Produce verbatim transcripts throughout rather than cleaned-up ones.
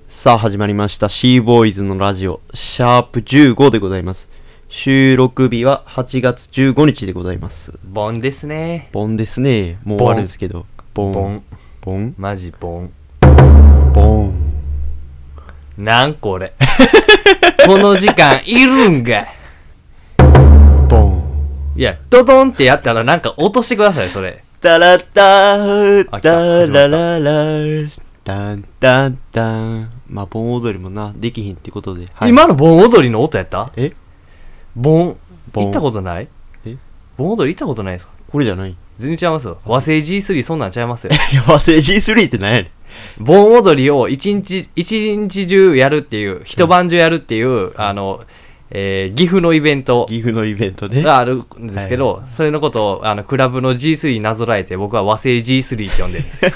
さあ始まりましたシーボーイズのラジオシャープじゅうごでございます。収録日ははちがつじゅうごにちでございます。 ボンですね。 ボンですね。もう終わるんですけどボンボンボンマジボンボンなんこれこの時間いるんか。 ボンいやドドンってやったらなんか落としてください。それタラターあ来たタ始まったラララタンタンタン。まあ盆踊りもなできひんってことで、はい、 今の盆踊りの音やった。 え盆ボン行ったことない。 え盆踊り行ったことないですか。 これじゃない。い全然違いますよ。和製 ジースリー そんなんちゃいますよ。 や和製 ジースリー って何やねん。 盆踊りを一日一日中やるっていう一晩中やるっていう、うん、あの、えー、岐阜のイベント岐阜のイベントねがあるんですけど、はい、それのことをあのクラブの ジースリー になぞらえて僕は和製 ジースリー って呼んでるんですよ。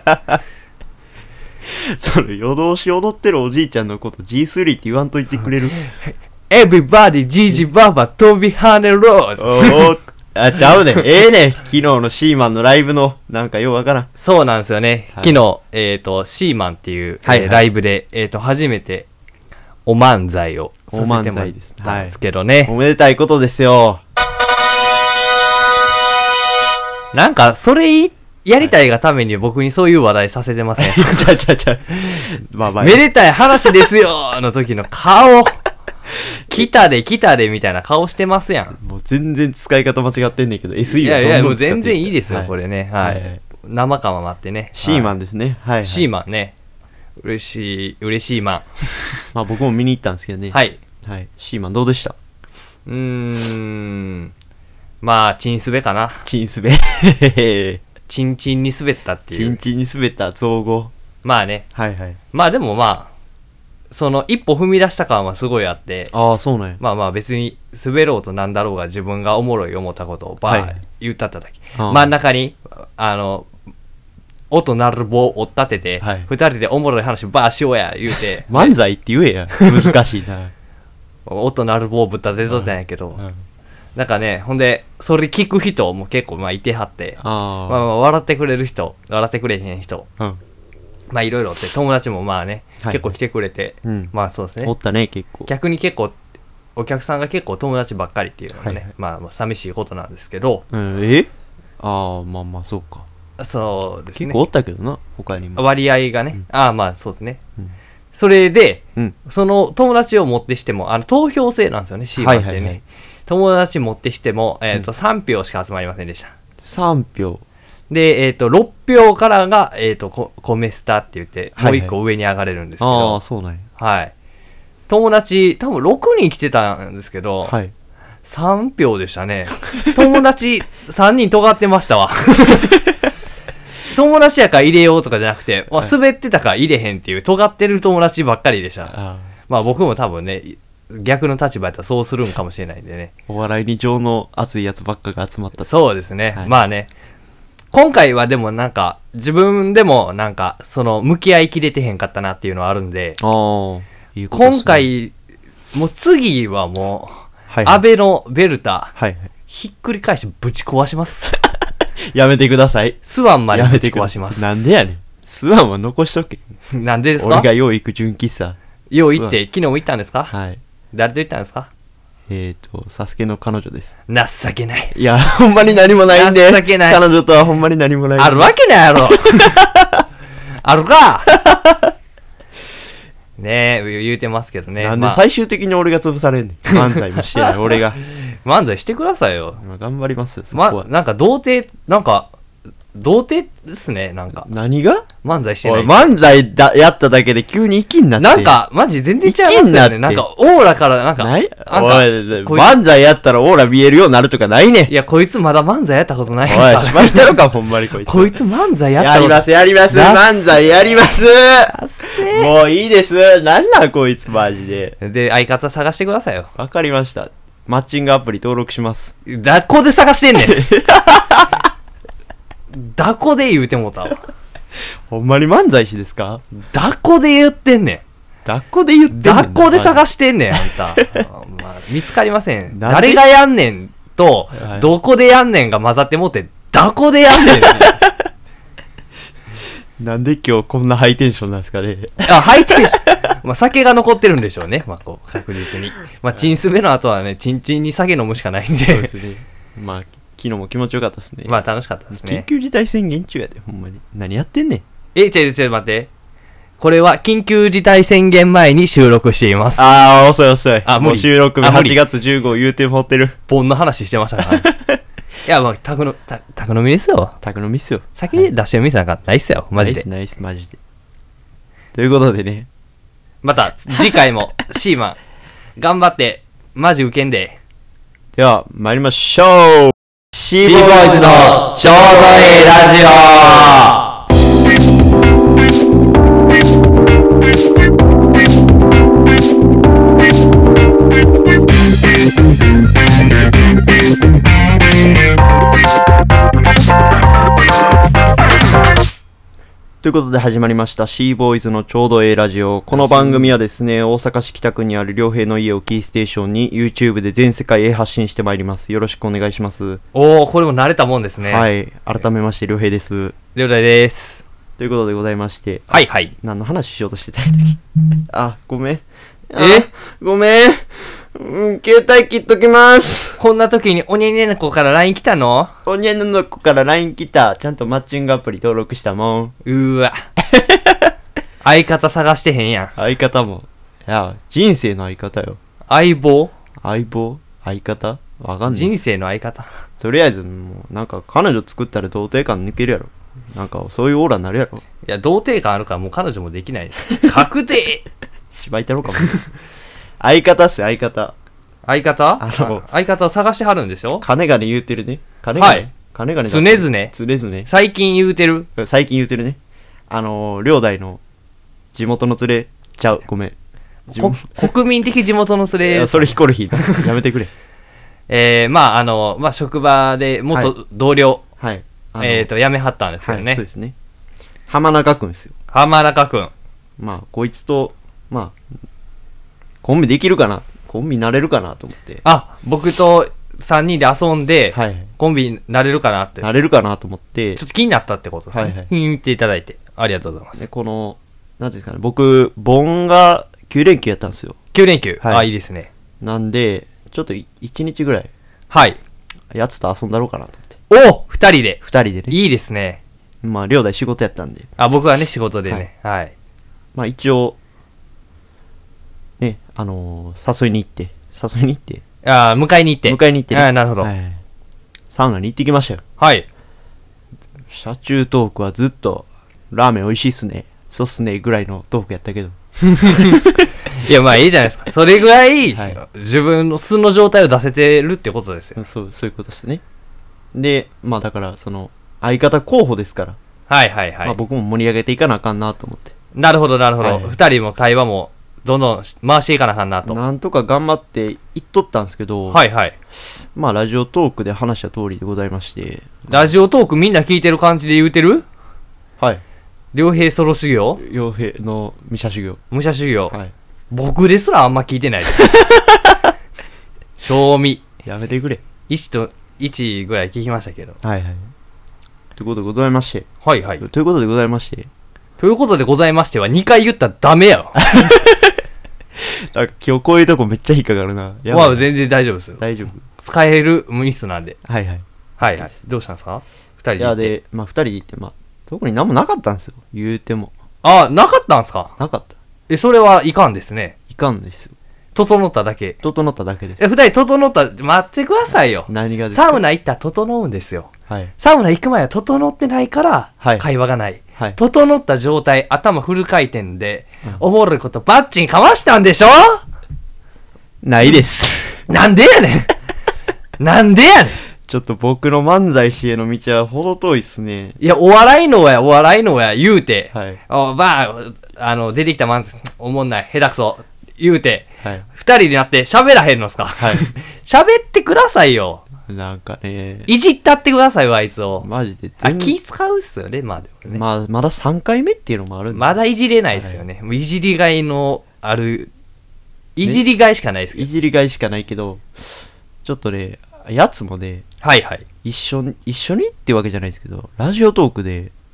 それ夜通し踊ってるおじいちゃんのこと ジースリー って言わんといてくれる。 Everybody ジージババ飛び跳ねろ。 おあちゃうねん。ええねん。昨日のシーマンのライブのなんかようわからん。 そうなんですよね、 はい、 昨日、えーと、シーマンっていう、 はいはいえー、ライブで、えーと、初めてお漫才をさせてもらったんですけどね、 はい、おめでたいことですよ。 なんかそれやりたいがために僕にそういう話題させてません。 ちゃちゃちゃまあまあめでたい話ですよの時の顔来たで来たでみたいな顔してますやん。 もう全然使い方間違ってんねんけど エスイー はどんどん使っていいやいやもう全然いいですよ、はい、これね、はい、はいはい、生かま待ってね。 シーマンですね、はい、はい、 シーマンね、嬉しい嬉しいマン。 まあ僕も見に行ったんですけどね。 はい、 はい、シーマンどうでした。 うーんまあチンスベかな。 チンスベチンチンに滑ったっていう。 チンチンに滑った造語。 まあね、 はいはい。 まあでもまあその一歩踏み出した感はすごいあって、 ああそうなんや。 まあまあ別に滑ろうとなんだろうが自分がおもろい思ったことをバー、はい、言ったっただけ。真ん中にあの音鳴る棒を立てて、はい、ふたりでおもろい話バーしようや言うて漫才って言えや。難しいな。 音鳴る棒をぶっ立てとったんやけど、うんうん、なんかね、ほんでそれ聞く人も結構まあいてはって、あ、まあ、まあ笑ってくれる人笑ってくれへん人、うん、まあいろいろって友達もまあね、はい、結構来てくれて、うん、まあそうですね。 おったね結構。 逆に結構お客さんが結構友達ばっかりっていうのがね、はいはい、まあ、まあ寂しいことなんですけど、 うん、えああまあまあそうか。 そうですね。 結構おったけどな他にも割合がね、うん、ああまあそうですね、うん、それで、うん、その友達を持ってしてもあの投票制なんですよね シーマンってね、はいはいはい、友達持ってしても、えーとうん、さんぴょうしか集まりませんでした。さんぴょうで、えーと、ろっぴょうからが、えーと、コ, コメスタって言って、はいはい、もういっこ上に上がれるんですけど、 ああそうなんや。 はい、友達多分ろくにん来てたんですけど、はい、さんぴょうでしたね。友達さんにん尖ってましたわ。友達やから入れようとかじゃなくて、まあ、滑ってたから入れへんっていう尖ってる友達ばっかりでした。あまあ僕も多分ね逆の立場やったらそうするんかもしれないんでね。 お笑いに情の熱いやつばっかが集まった。 そうですね、はい、まあね今回はでもなんか自分でもなんかその向き合いきれてへんかったなっていうのはあるんで、あいい今回もう次はもう、はいはい、アベノベルタ、はいはい、ひっくり返してぶち壊します。 やめてください。 スワンまでぶち壊します。 なんでやねん。スワンは残しとけ。 なんでですか。 俺がよう行く純喫茶。 よう行って昨日も行ったんですか。 はい。 誰と行ったんですか。 えーとサスケの彼女です。 情けない。 いやほんまに何もないんで。 情けない。 彼女とはほんまに何もないんで。 あるわけないやろ。あるか。ねえ言うてますけどね。 なんで最終的に俺が潰されんねん。漫才もしてない俺が。 漫才してくださいよ。 頑張りますよ。 ま、なんか童貞なんか童貞ですね。なんか何が漫才してない。 漫才だやっただけで急に息になって。 なんかマジ全然違いますよね。なんかオーラからなんかないなんかおい漫才やったらオーラ見えるようになるとかないねん。 いやこいつまだ漫才やったことないから。おいしましたろかほんまにこいつ。 こいつ漫才やったことやりますやります漫才やります。もういいです。なんなんこいつマジで。 で相方探してくださいよ。 わかりました。マッチングアプリ登録します。 だこで探してんねん。だこで言うてもうたわ。 ほんまに漫才師ですか。 だこで言ってんねん。 だこで言ってんねん。 だこで探してんねんあんた。まあ、見つかりません。誰がやんねんと、はい、どこでやんねんが混ざってもってだこでやんねん。 なんで今日こんなハイテンションなんですかね。 あ、ハイテンション。まあ、酒が残ってるんでしょうね。まあ、こう、確実に。まあ、チンスベの後はね、チンチンに酒飲むしかないんで。 そうですね。まあ、昨日も気持ちよかったですね。 まあ、楽しかったです緊ね。 急事態宣言中やで、ほんまに。何やってんねん。 え、ちょ、ちょ、待って。これは緊急事態宣言前に収録しています。 あー、遅い遅い。 あ無理もう収録日あ無理はちがつじゅうご言うてもってる。 ポンの話してましたから。いや、まあ、宅の、た宅飲みですよ。 宅飲みっすよ。 酒出してる店なんかないっすよ。マジで。 ナイスナイス、マジで。ということでね。 また、次回も、シーマン、頑張って、マジウケんで。 では、参りましょう。シシーボーイズのちょうどいいラジオ。 ということで始まりましたシーボーイズのちょうどええラジオ。この番組はですね、大阪市北区にある良平の家をキーステーションに YouTube で全世界へ発信してまいります。よろしくお願いします。 おー、これも慣れたもんですね。 はい、改めまして良平です。 りょうだいです。 ということでございまして、 はいはい。 何の話しようとしてたんだっけ。あ、ごめん。あえごめん。うん、携帯切っときます。 こんな時におにゃにゃの子から ライン 来たの？ おにゃの子から ライン 来た。ちゃんとマッチングアプリ登録したもん。 うーわ。相方探してへんやん。 相方も。いや、人生の相方よ。 相棒？ 相棒相方わかんない。 人生の相方。 とりあえず、もう、なんか彼女作ったら童貞感抜けるやろ。なんか、そういうオーラになるやろ。 いや、童貞感あるからもう彼女もできない。確定。 芝居太郎かも。相方っすよ、相方。 相方あの相方を探してはるんでしょ？ 金がね言うてるね。金がね。 はい金がね。 常々 常々。 最近言うてる。 最近言うてるね。あのー、両代の地元の連れちゃう。ごめん。 こ国民的地元の連れ。 いやそれヒコロヒー。やめてくれ。 えー、まあ、あの、まあ、職場で元同僚、 はい。あのえっ、ー、と、辞めはったんですけどね。 はい、そうですね。浜中くんですよ。 浜中くん。 まあ、こいつと、まあ、コンビできるかなコンビになれるかなと思って。 あ、僕とさんにんで遊んで、 はい。 コンビになれるかなって。 なれるかなと思ってちょっと気になったってことですね。 はいはい気に入っていただいて、ありがとうございます。 でこの、なんていうんですかね、僕、盆がきゅう連休やったんですよ。 きゅう連休。 はいあ、いいですね。 なんで、ちょっといいちにちぐらい、 はい。 やつと遊んだろうかなと思って。 お二人で。 二人でね。 いいですね。 まあ、両代仕事やったんで。 あ、僕はね、仕事でね。はい。 まあ、一応、ね、あのー、誘いに行って、誘いに行って、 あー迎えに行って。 迎えに行ってね。 あーなるほど。 ははい。 い。サウナに行ってきましたよ。車中トークはずっと、ラーメン美味しいっすね。そうっすね。ぐらいのトークやったけど。 いや、まあいいじゃないですか。それぐらい、 はい自分の素の状態を出せてるってことですよ。 そう、そういうことですね。で、まあだから、その、相方候補ですから、 はいはいはい。 まあ僕も盛り上げていかなあかんなと思って。 なるほどなるほど。 はい二、人も会話もどんどん回していかなあかんなと。 なんとか頑張って言っとったんですけど、 はいはい。 まあラジオトークで話した通りでございまして、 ラジオトークみんな聞いてる感じで言うてる？ はい。 両平ソロ修行？ 傭兵の武者修行。 武者修行、 はい。 僕ですらあんま聞いてないです。賞味。 やめてくれ。 いちといちぐらい聞きましたけど。 はいはい。ということでございまして、 はいはい。 ということでございまして、 ということでございましてはにかい言ったらダメやろ。 あ今日こういうとこめっちゃ引っかかるな。やばいまあ全然大丈夫です。 大丈夫。 使えるミスなんで。 はいはい。 はいはい。どうしたんですか？二人いやで行って。 で、まあ二人で行って、まあ、特に何もなかったんですよ。言うても。 あ、なかったんすか？ なかった。 え、それはいかんですね。 いかんですよ。 整っただけ。 整っただけです。 え、二人整った、待ってくださいよ。 何がですか？ サウナ行ったら整うんですよ。 はい。 サウナ行く前は整ってないから、 はい会話がない。 はい。 整った状態、頭フル回転で、おもろいことバッチンかわしたんでしょ？ ないです。 なんでやねんなんでやねんちょっと僕の漫才師への道は程遠いっすね。 いや、お笑いのや、お笑いのや、言うて、 はい。 おまあ、あの、出てきた漫才、おもんない、下手くそ、言うて、 はい。 二人になって喋らへんのっすか？ はい喋ってくださいよ。 なんかね、 いじったってくださいよ、あいつを。 マジであ、 全気使うっすよね、まあでもね。 まあ、まださんかいめっていうのもあるんで。 まだいじれないっすよね。もういじりがいのある、いじりがいしかないですけど。 いじりがいしかないけど、ちょっとね、やつもね、 はいはい。 一緒に、一緒にってわけじゃないですけど、ラジオトークで、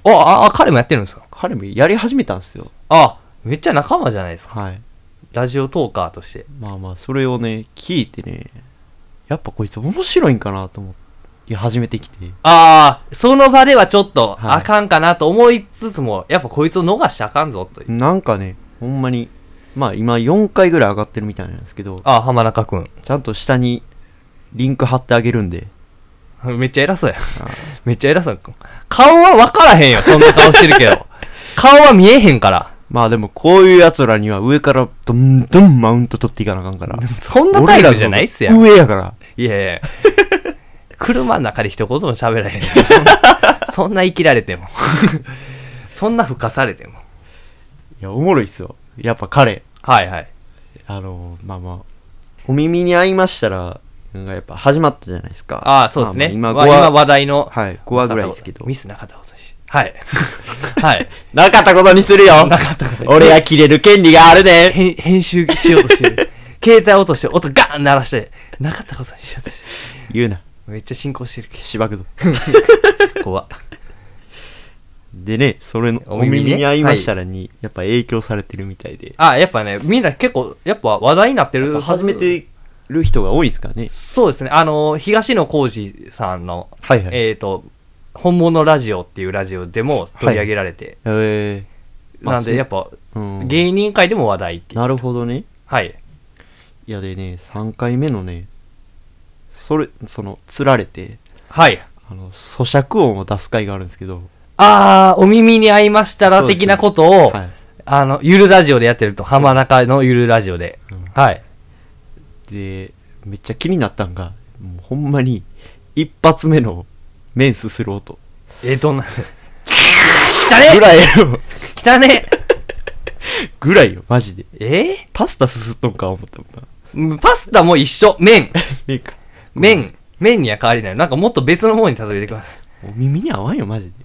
ああ、彼もやってるんですか？ 彼もやり始めたんですよ。 あ、めっちゃ仲間じゃないですか。 はい。 ラジオトーカーとして。 まあまあ、それをね、聞いてね、やっぱこいつ面白いんかなと思って始めてきて。 ああ、その場ではちょっとはいあかんかなと思いつつも、やっぱこいつを逃しちゃあかんぞという。 なんかね、ほんまに、まあ今よんかいぐらい上がってるみたいなんですけど、 ああ、浜中くん。 ちゃんと下にリンク貼ってあげるんで。 めっちゃ偉そうや。めっちゃ偉そうや。顔は分からへんよ、そんな顔してるけど。顔は見えへんから。 まあでもこういう奴らには上からどんどんマウント取っていかなあかんから。 そんなタイプじゃないっすやん。 上やから。 いやいや車の中で一言も喋らへん。そんな生きられても。そんな吹かされても。 いや、おもろいっすよ。やっぱ彼。 はいはい。 あの、まあまあ、お耳に合いましたら、やっぱ始まったじゃないですか。 ああ、そうですね。 まあまあ、今今話題の。 はい、ごわぐらいですけど。 ミスなかったことにし。はい。はい。 なかったことにするよ。 なかったことに。 俺が切れる権利があるね。 編編集しようとしてる。携帯落として音ガーン鳴らして、なかったことにしようとしてる。 言うな。 めっちゃ進行してるけど。 しばくぞ。 怖っ。 でね、それの、おお耳ね耳に合いましたらに、やっぱ影響されてるみたいで。 あ、やっぱね、みんな結構、やっぱ話題になってる。 始めてる人が多いですからね。 そうですね。あの、東野幸治さんの、 はいはい。 えっと、本物ラジオっていうラジオでも取り上げられて、 えー、まあなんでやっぱ、 うん、 芸人界でも話題っていう。 なるほどね。 はい。 いやでね、さんかいめのね、それ、その、釣られて、 はい。 あの、咀嚼音を出す回があるんですけど、 あー、お耳に合いましたら的なことを、 はい、 あの、ゆるラジオでやってると、浜中のゆるラジオで。 うん、 はい。 で、めっちゃ気になったんが、もうほんまに、一発目のメンスする音。 えー、どんな、汚ねぐらいよ。 汚ねぐらいよ、マジで。 えパスタすすっとんか思ったもんな。 ー、パスタも一緒。麺。 ねえか。 麺。麺には変わりない。なんかもっと別の方に例えてください。 お耳に合わんよ、マジで。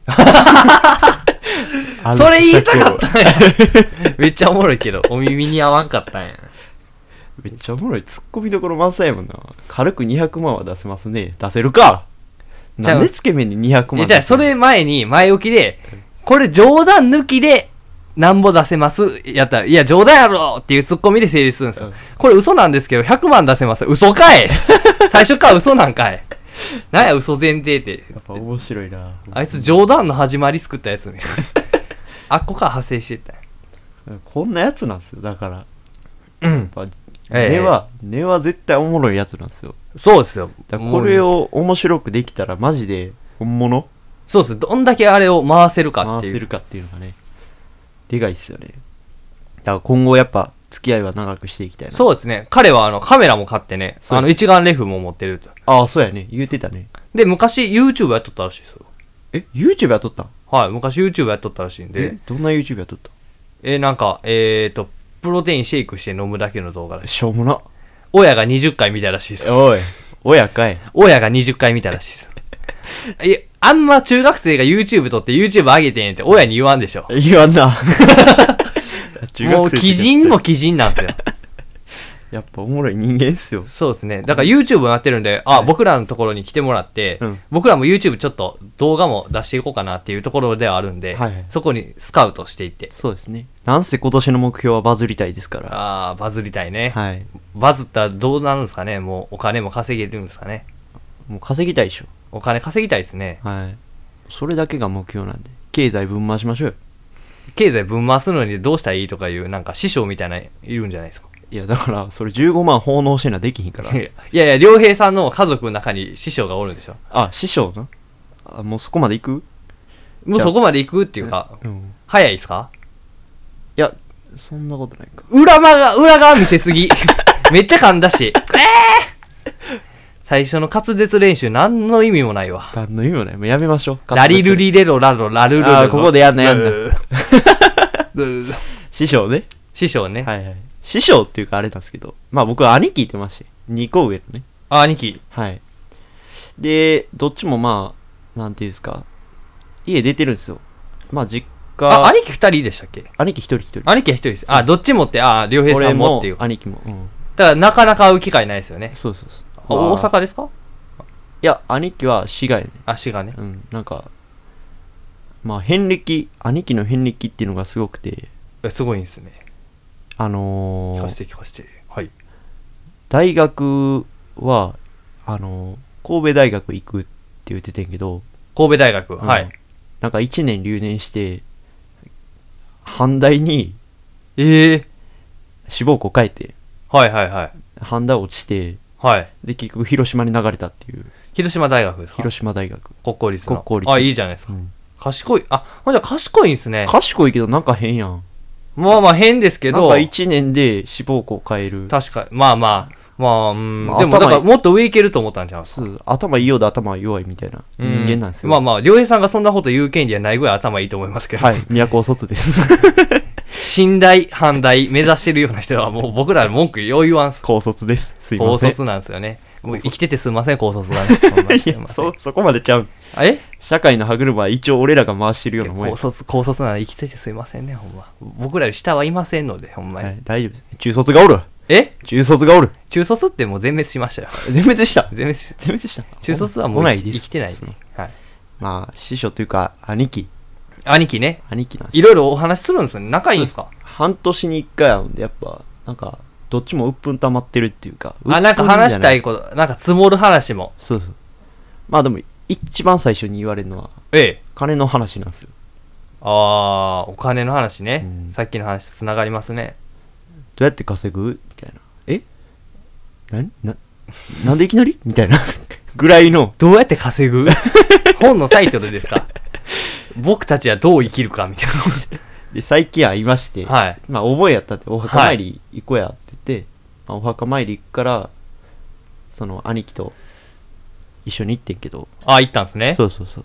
それ言いたかったんや。めっちゃおもろいけど、お耳に合わんかったんや。 めっちゃおもろい。ツッコミどころ満載やもんな。軽くにひゃくまんは出せますね。出せるか。 じゃあなんでつけ麺ににひゃくまんえじゃあ、それ前に、前置きで、これ冗談抜きで、なんぼ出せますやったら、いや、冗談やろっていうツッコミで成立するんですよ。 うんこれ嘘なんですけど、ひゃくまん出せます。嘘かい最初から嘘なんかい。なんや、嘘前提って。 やっぱ面白いな。 あいつ冗談の始まり作ったやつみたいな。あっこから派生してったんや。 こんなやつなんですよ。だから。 うん。 やっぱええ根は、根は絶対おもろいやつなんですよ。 そうですよ。 だからこれを面白くできたらマジで本物そうです。どんだけあれを回せるかっていう。 回せるかっていうのがね、でかいっすよね。だから今後やっぱ付き合いは長くしていきたいな。 そうですね。彼はあのカメラも買ってね、あの一眼レフも持ってると。 ああ、そうやね。言うてたね。 で、昔 YouTube やっとったらしいですよ。 え、YouTube やっとったん？ はい、昔 YouTube やっとったらしいんえで、、 どんな YouTube やっとった？ え、なんか、えーと、プロテインシェイクして飲むだけの動画らしい。 しょうもな。 親がにじゅっかい見たらしいです。 おい、親かい。 親がにじゅっかい見たらしいです。え、あんま中学生が YouTube 撮って YouTube 上げてんって親に言わんでしょ。 言わんな。 もう、鬼人も鬼人なんですよ。 やっぱおもろい人間っすよ。 そうですね。だから YouTube もやってるんで、あ、僕らのところに来てもらって、 うん僕らも YouTube ちょっと動画も出していこうかなっていうところではあるんで、 はいはいそこにスカウトしていって、 そうですね。なんせ今年の目標はバズりたいですから。 あー、バズりたいね。 はい。 バズったらどうなるんですかね。もうお金も稼げるんですかね。 もう稼ぎたいでしょ。 お金稼ぎたいですね。 はい。それだけが目標なんで。経済分回しましょうよ。 経済分回すのにどうしたらいいとかいう、なんか師匠みたいな、いるんじゃないですか。 いや、だから、それじゅうごまん奉納してなできひんから。 いやいや、良平さんの家族の中に師匠がおるんでしょ。 あ、師匠な。あ、もうそこまで行く？ もうそこまで行くっていうか、 うん。 早いですか？ いや、そんなことないか。 裏側が、裏側見せすぎ。めっちゃ噛んだし。えー、最初の滑舌練習何の意味もないわ。 何の意味もない。もうやめましょう。 ラリルリレロラロラルルルロ。 あーここでやんなやんなルルル師匠ね。 師匠ね。 はいはい。師匠っていうかあれなんですけど。まあ僕は兄貴いてまして。にこ上のね。 あ、兄貴。 はい。で、どっちもまあ、なんていうんですか。家出てるんですよ。まあ実家。 あ、兄貴二人でしたっけ？ 兄貴一人一人。 兄貴は一人です。あ、どっちもって、あ、良平さ俺もんもっていう。 兄貴も。うん。 だからなかなか会う機会ないですよね。 そうそうそう。 あ大阪ですか？ いや、兄貴は滋賀やね。 あ、滋賀ね。 うん。なんか、 まあ遍歴兄貴の遍歴っていうのがすごくて、 えすごいんですね。 あのー、 聞かせて聞かせて。はい。 大学はあのー、神戸大学行くって言ってたんやけど、 神戸大学、 うん、 はい。 なんかいちねん留年して阪大にええー、 志望校変えて、 はいはいはい。 阪大落ちて、 はい。 で結局広島に流れたっていう。 広島大学ですか？ 広島大学国公立の。 国公立。 あ、いいじゃないですか。 うん、 賢い。あ、ほんじゃ賢いんですね。 賢いけどなんか変やん。 まあまあ変ですけど。 なんかいちねんで志望校変える。 確かに。まあまあ。まあ、うん。 まあ、 でも、だからもっと上行けると思ったんちゃうんですか？ 頭いいようで頭弱いみたいな人間なんですよ。 まあまあ、良平さんがそんなこと言う権利はないぐらい頭いいと思いますけど。 はい、都卒です。 信大、阪大目指してるような人はもう僕らの文句よう言わんす。 高卒です。すいません。 高卒なんですよね。もう生きててすいません、高卒がね。 いや、そ、そこまでちゃう。 え社会の歯車は一応俺らが回してるようなもんや。 高卒、高卒なら生きててすいませんね、ほんま。僕らより下はいませんので、ほんまに。 はい、大丈夫です。中卒がおる。 え中卒がおる。 中卒ってもう全滅しましたよ。 全滅した。 全滅全滅した。 中卒はもう生き生きてない。はい。 まあ、師匠というか、兄貴。 兄貴ね。 兄貴なんですよ。いろいろお話するんですよね。仲いいんですか？ 半年に一回会うんで、やっぱ、なんか、どっちも鬱憤溜まってるっていうか。 あ、なんか話したいこと、なんか積もる話も。 そうそう。まあでも、一番最初に言われるのは、 ええ。 金の話なんですよ。 あー、お金の話ね。 うん、 さっきの話とつながりますね。 どうやって稼ぐみたいな。えなな、なんでいきなりみたいなぐらいの。 どうやって稼ぐ本のタイトルですか？僕たちはどう生きるかみたいな。 で、最近会いまして、 はい。 まあ、覚えやったって、お墓参り行こうやって言って、はい、まあ、お墓参り行くから、その、兄貴と一緒に行ってんけど。 あ、行ったんすね。 そうそうそう。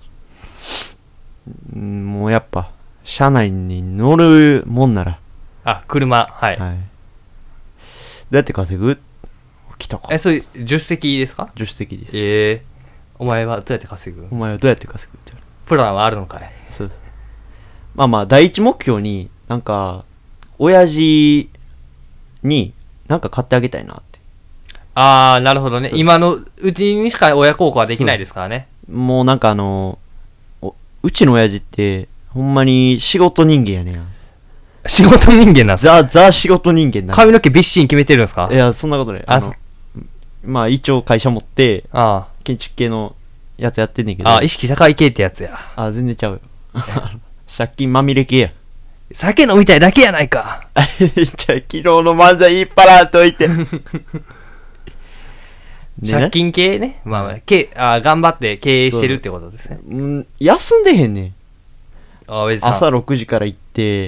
んもうやっぱ、車内に乗るもんなら。 あ、車、はい。はい、 どうやって稼ぐ？来たか。 え、それ、助手席ですか？ 助手席です。 ええー。お前はどうやって稼ぐ？ お前はどうやって稼ぐって言われる。 プランはあるのかい？ そうです。まあまあ、第一目標に、なんか、親父になんか買ってあげたいなって。 あー、なるほどね。今のうちにしか親孝行はできないですからね。 もうなんかあの、うちの親父って、ほんまに仕事人間やねん。 仕事人間なんすか？ザ、ザ仕事人間なん。 髪の毛びっしり決めてるんですか？ いや、そんなことない。あの、まあ一応会社持って、 あ建築系のやつやってんねんけど。 ああ、意識高い系ってやつや。 ああ、全然ちゃうよ。借金まみれ系や。 酒飲みたいだけやないか。 じゃあ、昨日の漫才いっぱらんといて。 借金系ね。まあ、まあ、けあ頑張って経営してるってことですね。 うん、休んでへんねん。 あ朝ろくじから行って、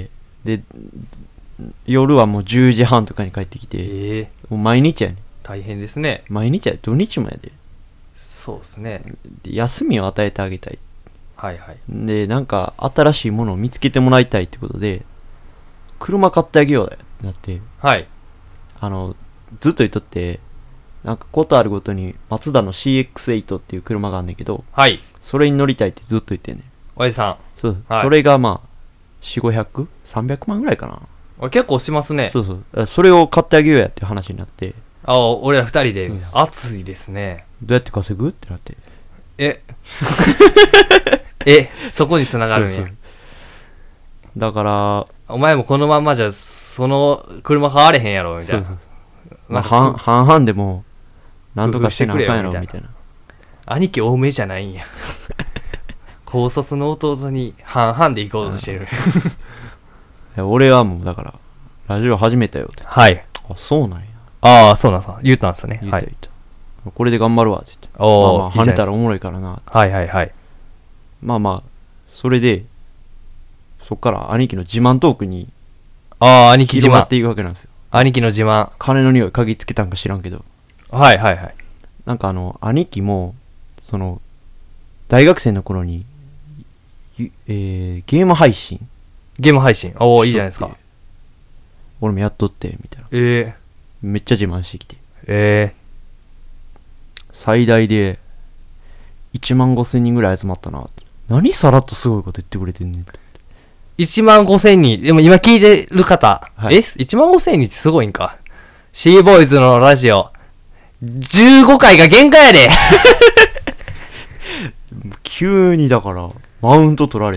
で、夜はもうじゅうじはんとかに帰ってきて、えー、もう毎日やねん。 大変ですね。 毎日や、土日もやで。 そうですね。 で、休みを与えてあげたい。 はいはい。 で、なんか新しいものを見つけてもらいたいってことで、車買ってあげようってなって、 はい。 あの、ずっと言っとって、なんかことあるごとに、マツダの シーエックスエイト っていう車があんねんけど、 はい。 それに乗りたいってずっと言ってんねん。 おじさん。 そう、 はい、 それがまあ、よんひゃく、ごひゃく さんびゃくまんぐらいかな。 結構しますね。 そうそう。それを買ってあげようやっていう話になって。 あ、俺ら二人で、熱いですね。 どうやって稼ぐってなって。 ええ、そこに繋がるんや。そうそうだから、 お前もこのまんまじゃ、その車買われへんやろ、みたいな。そうそうまあ、半半々でも、なんとかしてなあかんやろ、みたいな。 兄貴多めじゃないんや。高卒の弟に半々で行こうとしてる。 いや俺はもう、だから、ラジオ始めたよって。 はい。 あ、そうなんや。 ああ、そうなんさ。言ったんすね。 言った言った。はい、これで頑張るわって言って。 おまあまあ、跳ねたらおもろいからな。 はいはいはい。 まあまあ、それで、そっから兄貴の自慢トークに、 ああ、兄貴自慢。 広がっていくわけなんですよ。 兄貴の自慢。 金の匂い嗅ぎつけたんか知らんけど。 はいはいはい。 なんかあの、兄貴も、その、大学生の頃に、えー、ゲーム配信。 ゲーム配信。おお、いいじゃないですか。 俺もやっとって、みたいな。 ええー。めっちゃ自慢してきて。 ええー。最大で、いちまんごせんにんぐらい集まったなって。何さらっとすごいこと言ってくれてんねん。 いちまんごせんにん。でも今聞いてる方。はい、え ?いちまんごせんにんってすごいんか。シーボーイズのラジオ。じゅうごかいが限界やで。 急にだから、マウント取られて。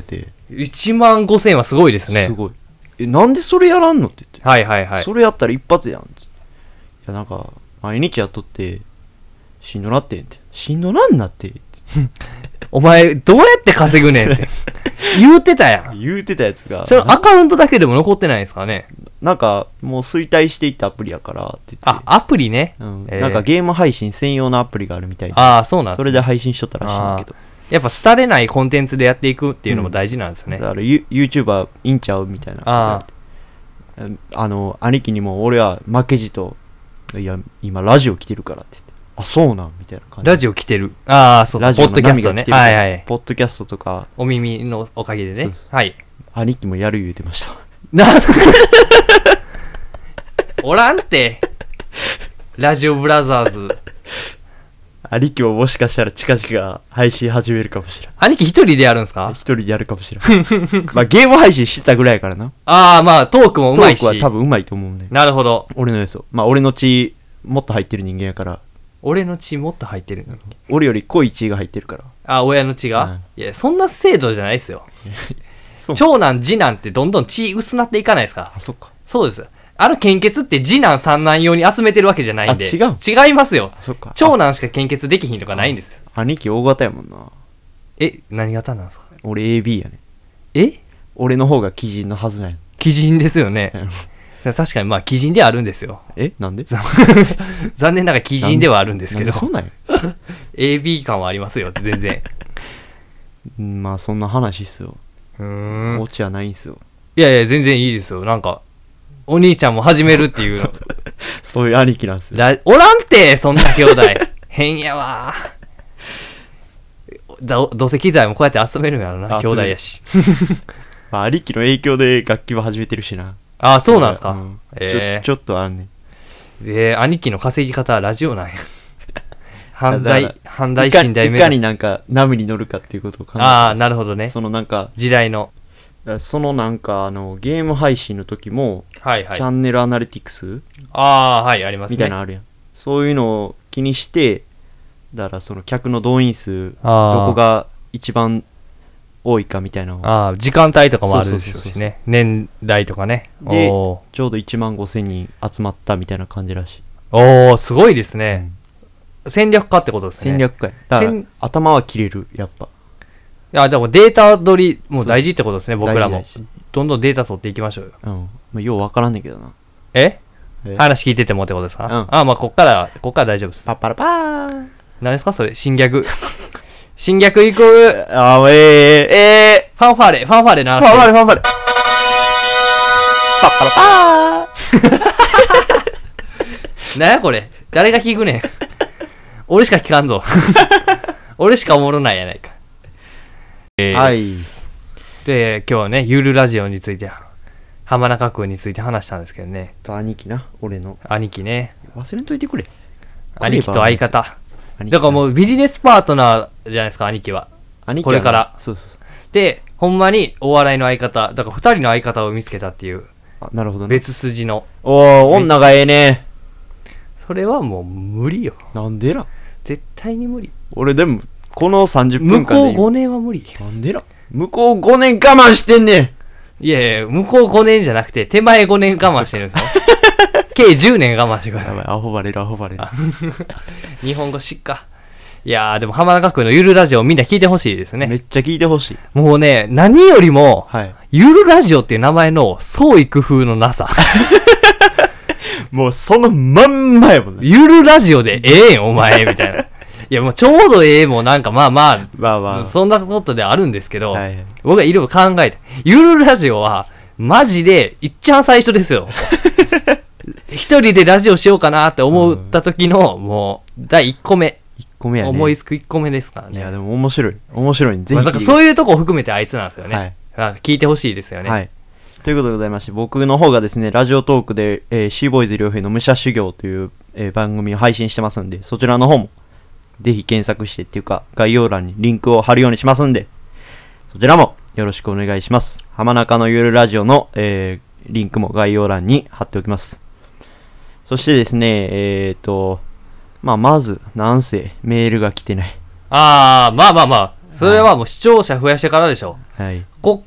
いちまんごせんはすごいですね。 すごい。え、なんでそれやらんのって言って。 はいはいはい。 それやったら一発やん。いや、なんか、毎日やっとって、しんどなってんって。しんどなんなって。 お前、どうやって稼ぐねんって。言うてたやん。 言うてたやつが。 それアカウントだけでも残ってないんですかね。 なんか、もう衰退していったアプリやからって言って。 あ、アプリね。 うんえーなんかゲーム配信専用のアプリがあるみたいで。 ああ、そうなんですね。 それで配信しとったらしいんだけど。 やっぱ廃れないコンテンツでやっていくっていうのも大事なんですね。 だからユ YouTuber いいんちゃうみたいな。 あああの、兄貴にも俺は負けじと、いや、今ラジオ来てるからって言って。あ、そうなんみたいな感じ。 ラジオ来てる。ああ、そう。ポラジオのッドキャストね。 波が来てるからはいはい。 ポッドキャストとか、 お耳のおかげでねそうそ。 はい。 兄貴もやる言うてました。 なんおらんて。ラジオブラザーズ。 兄貴ももしかしたら近々配信始めるかもしれん。 兄貴一人でやるんですか？ 一人でやるかもしれん。まあゲーム配信してたぐらいやからな。 ああ、まあトークもうまいし。 トークは多分うまいと思うんで。 なるほど。 俺の予想。まあ俺の血もっと入ってる人間やから、 俺の血もっと入ってる。 俺より濃い血が入ってるから。 あ、親の血が、いや、そんな制度じゃないですよ。 そう長男、次男ってどんどん血薄なっていかないですか？ あ、そっか。 そうです。あの献血って次男三男用に集めてるわけじゃないんで。 あ違う違いますよ。 あ、そっか。 長男しか献血できひんとかないんです。 兄貴大型やもんな。 え、何型なんですか？ 俺 エービー やね。 え俺の方が鬼人のはずなんや。 鬼人ですよね。確かにまあ鬼人ではあるんですよ。 えなんで残念ながら鬼人ではあるんですけど。 そうなんや。 エービー 感はありますよ、全然。 うんまあそんな話っすよ。 うーん。 オチはないんすよ。 いやいや、全然いいですよ。なんか、お兄ちゃんも始めるっていうの。 そういう兄貴なんすよ。 らおらんて、そんな兄弟。変やわ。どどうせ機材もこうやって集めるんやろな、 あ兄弟やし。 まあ兄貴の影響で楽器も始めてるしな。 あ、そうなんすか。 んえーちょちょっとあんねん。 えー、兄貴の稼ぎ方はラジオなんや。反だから対、反対いか信頼目いかになんか波に乗るかっていうことを考えてああ、なるほどね。 そのなんか時代の。 そのなんかあのゲーム配信の時も、 はいはい。 チャンネルアナリティクスああ、はい、ありますね。 みたいなのあるやん。そういうのを気にしてだからその客の動員数どあーこが一番多いかみたいなのをああ、時間帯とかもあるでしょそうそうそうそううしね。年代とかね。 でおーちょうどいちまんごせんにん集まったみたいな感じらしい。 おー、すごいですね。戦略家ってことですね。 戦。略家やだから戦頭は切れるやっぱ。 いや、でもデータ取りも大事ってことですね、僕らも大事大事。 どんどんデータ取っていきましょうよ。 うんまあ、ようわからんねんけどな。 ええ話聞いててもってことですか？ うんああ、まあ、こっから、こっから大丈夫です。 パッパラパー何ですかそれ侵略。侵略イコール、 あーえー、えファンファーレ、ファンファーレ鳴ー、 らしてファンファレファンファレパッパラパーなんやこれ誰が聞くねん。俺しか聞かんぞ。俺しかおもろないやないか。えーはいで、今日はね、ゆるラジオについて、浜中君について話したんですけどね。 と兄貴な俺の兄貴ね。 忘れんといてくれ。 兄貴と相方。 兄貴だからもうビジネスパートナーじゃないですか、兄貴は。 兄貴これからそうそうそうで、ほんまにお笑いの相方、だから二人の相方を見つけたっていう、 あなるほどね。 別筋の。 おー女がええね。 それはもう無理よ。 なんでら絶対に無理。 俺でもこのさんじゅっぷ向ん間でこうごねんは無理。 なんでら向こうごねん我慢してんねん。 いやいや、向こうごねんじゃなくて、手前ごねん我慢してるんですよ。計じゅうねん我慢してください。 やばいアホバレるアホバレる。 日本語しっか。いやー、でも浜中君のゆるラジオみんな聞いてほしいですね。 めっちゃ聞いてほしい。 もうね、何よりも、 はい。 ゆるラジオっていう名前の創意工夫のなさ。 もうそのまんまやもんね。 ゆるラジオでええんお前、みたいな。いや、もうちょうどええもなんかまあまあ、 まあまあそそんなことであるんですけど、 はいはい僕はいろいろ考えて、ゆるラジオは、マジで、いっちゃん最初ですよ。一人でラジオしようかなって思った時の、もう、だいいっこめ。 いっこめやね。 思いつくいっこめですからね。 いやでも面白い。面白いんでぜまあ、 ひ聞いてください。 だからそういうとこを含めてあいつなんですよね。 はいだから聞いてほしいですよね。 はい。ということでございまして、僕の方がですね、ラジオトークで、えー、シーボーイズ両平の武者修行という、えー番組を配信してますんで、そちらの方も、ぜひ検索してっていうか、概要欄にリンクを貼るようにしますんで、そちらもよろしくお願いします。浜中のゆるラジオの、えーリンクも概要欄に貼っておきます。そしてですね、えーと、まあ、まず、なんせ、メールが来てない。 ああ、まあまあまあ、それはもう視聴者増やしてからでしょ。 はい。 こっ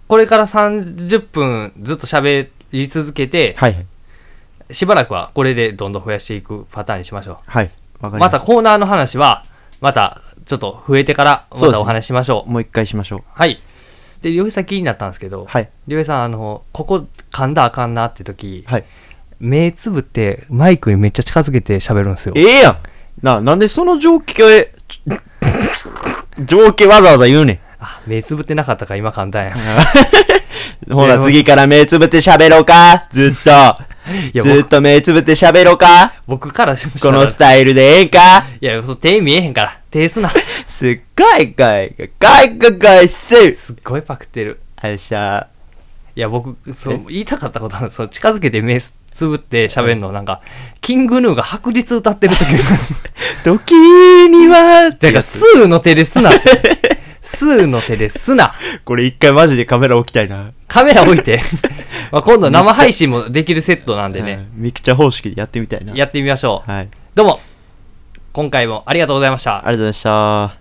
これからさんじゅっぷんずっと喋り続けて、 はいはい。 しばらくはこれでどんどん増やしていくパターンにしましょう。 はい。わかりまましたたコーナーの話は、またちょっと増えてからまたお話ししましょう。 もう一回しましょう。 はい。で、りょうへいさん気になったんですけど、 はい。 りょうへいさん、あの、ここ噛んだらあかんなって時、 はい。 目つぶってマイクにめっちゃ近づけて喋るんですよ。 ええやんな、なんでその情景、情景わざわざ言うねん。 あ、目つぶってなかったから今噛んだんや。 ほら、次から目つぶって喋ろうかずっと。 いやずっと目つぶって喋ろうか僕からしこのスタイルでええかいや、そう手見えへんから。手すな。 すっごいかいかかいかかいすすっごいパクってる。 あっしゃいや、僕、そう、言いたかったことは、そう、近づけて目つぶって喋るの、なんか、キングヌーが白日歌ってる時時にはだから、スーの手ですなって。スーの手ですな。 これ一回マジでカメラ置きたいな。 カメラ置いて。まあ今度生配信もできるセットなんでね。 はい、ミクチャ方式でやってみたいな。 やってみましょう。 はい。 どうも、今回もありがとうございました。 ありがとうございました。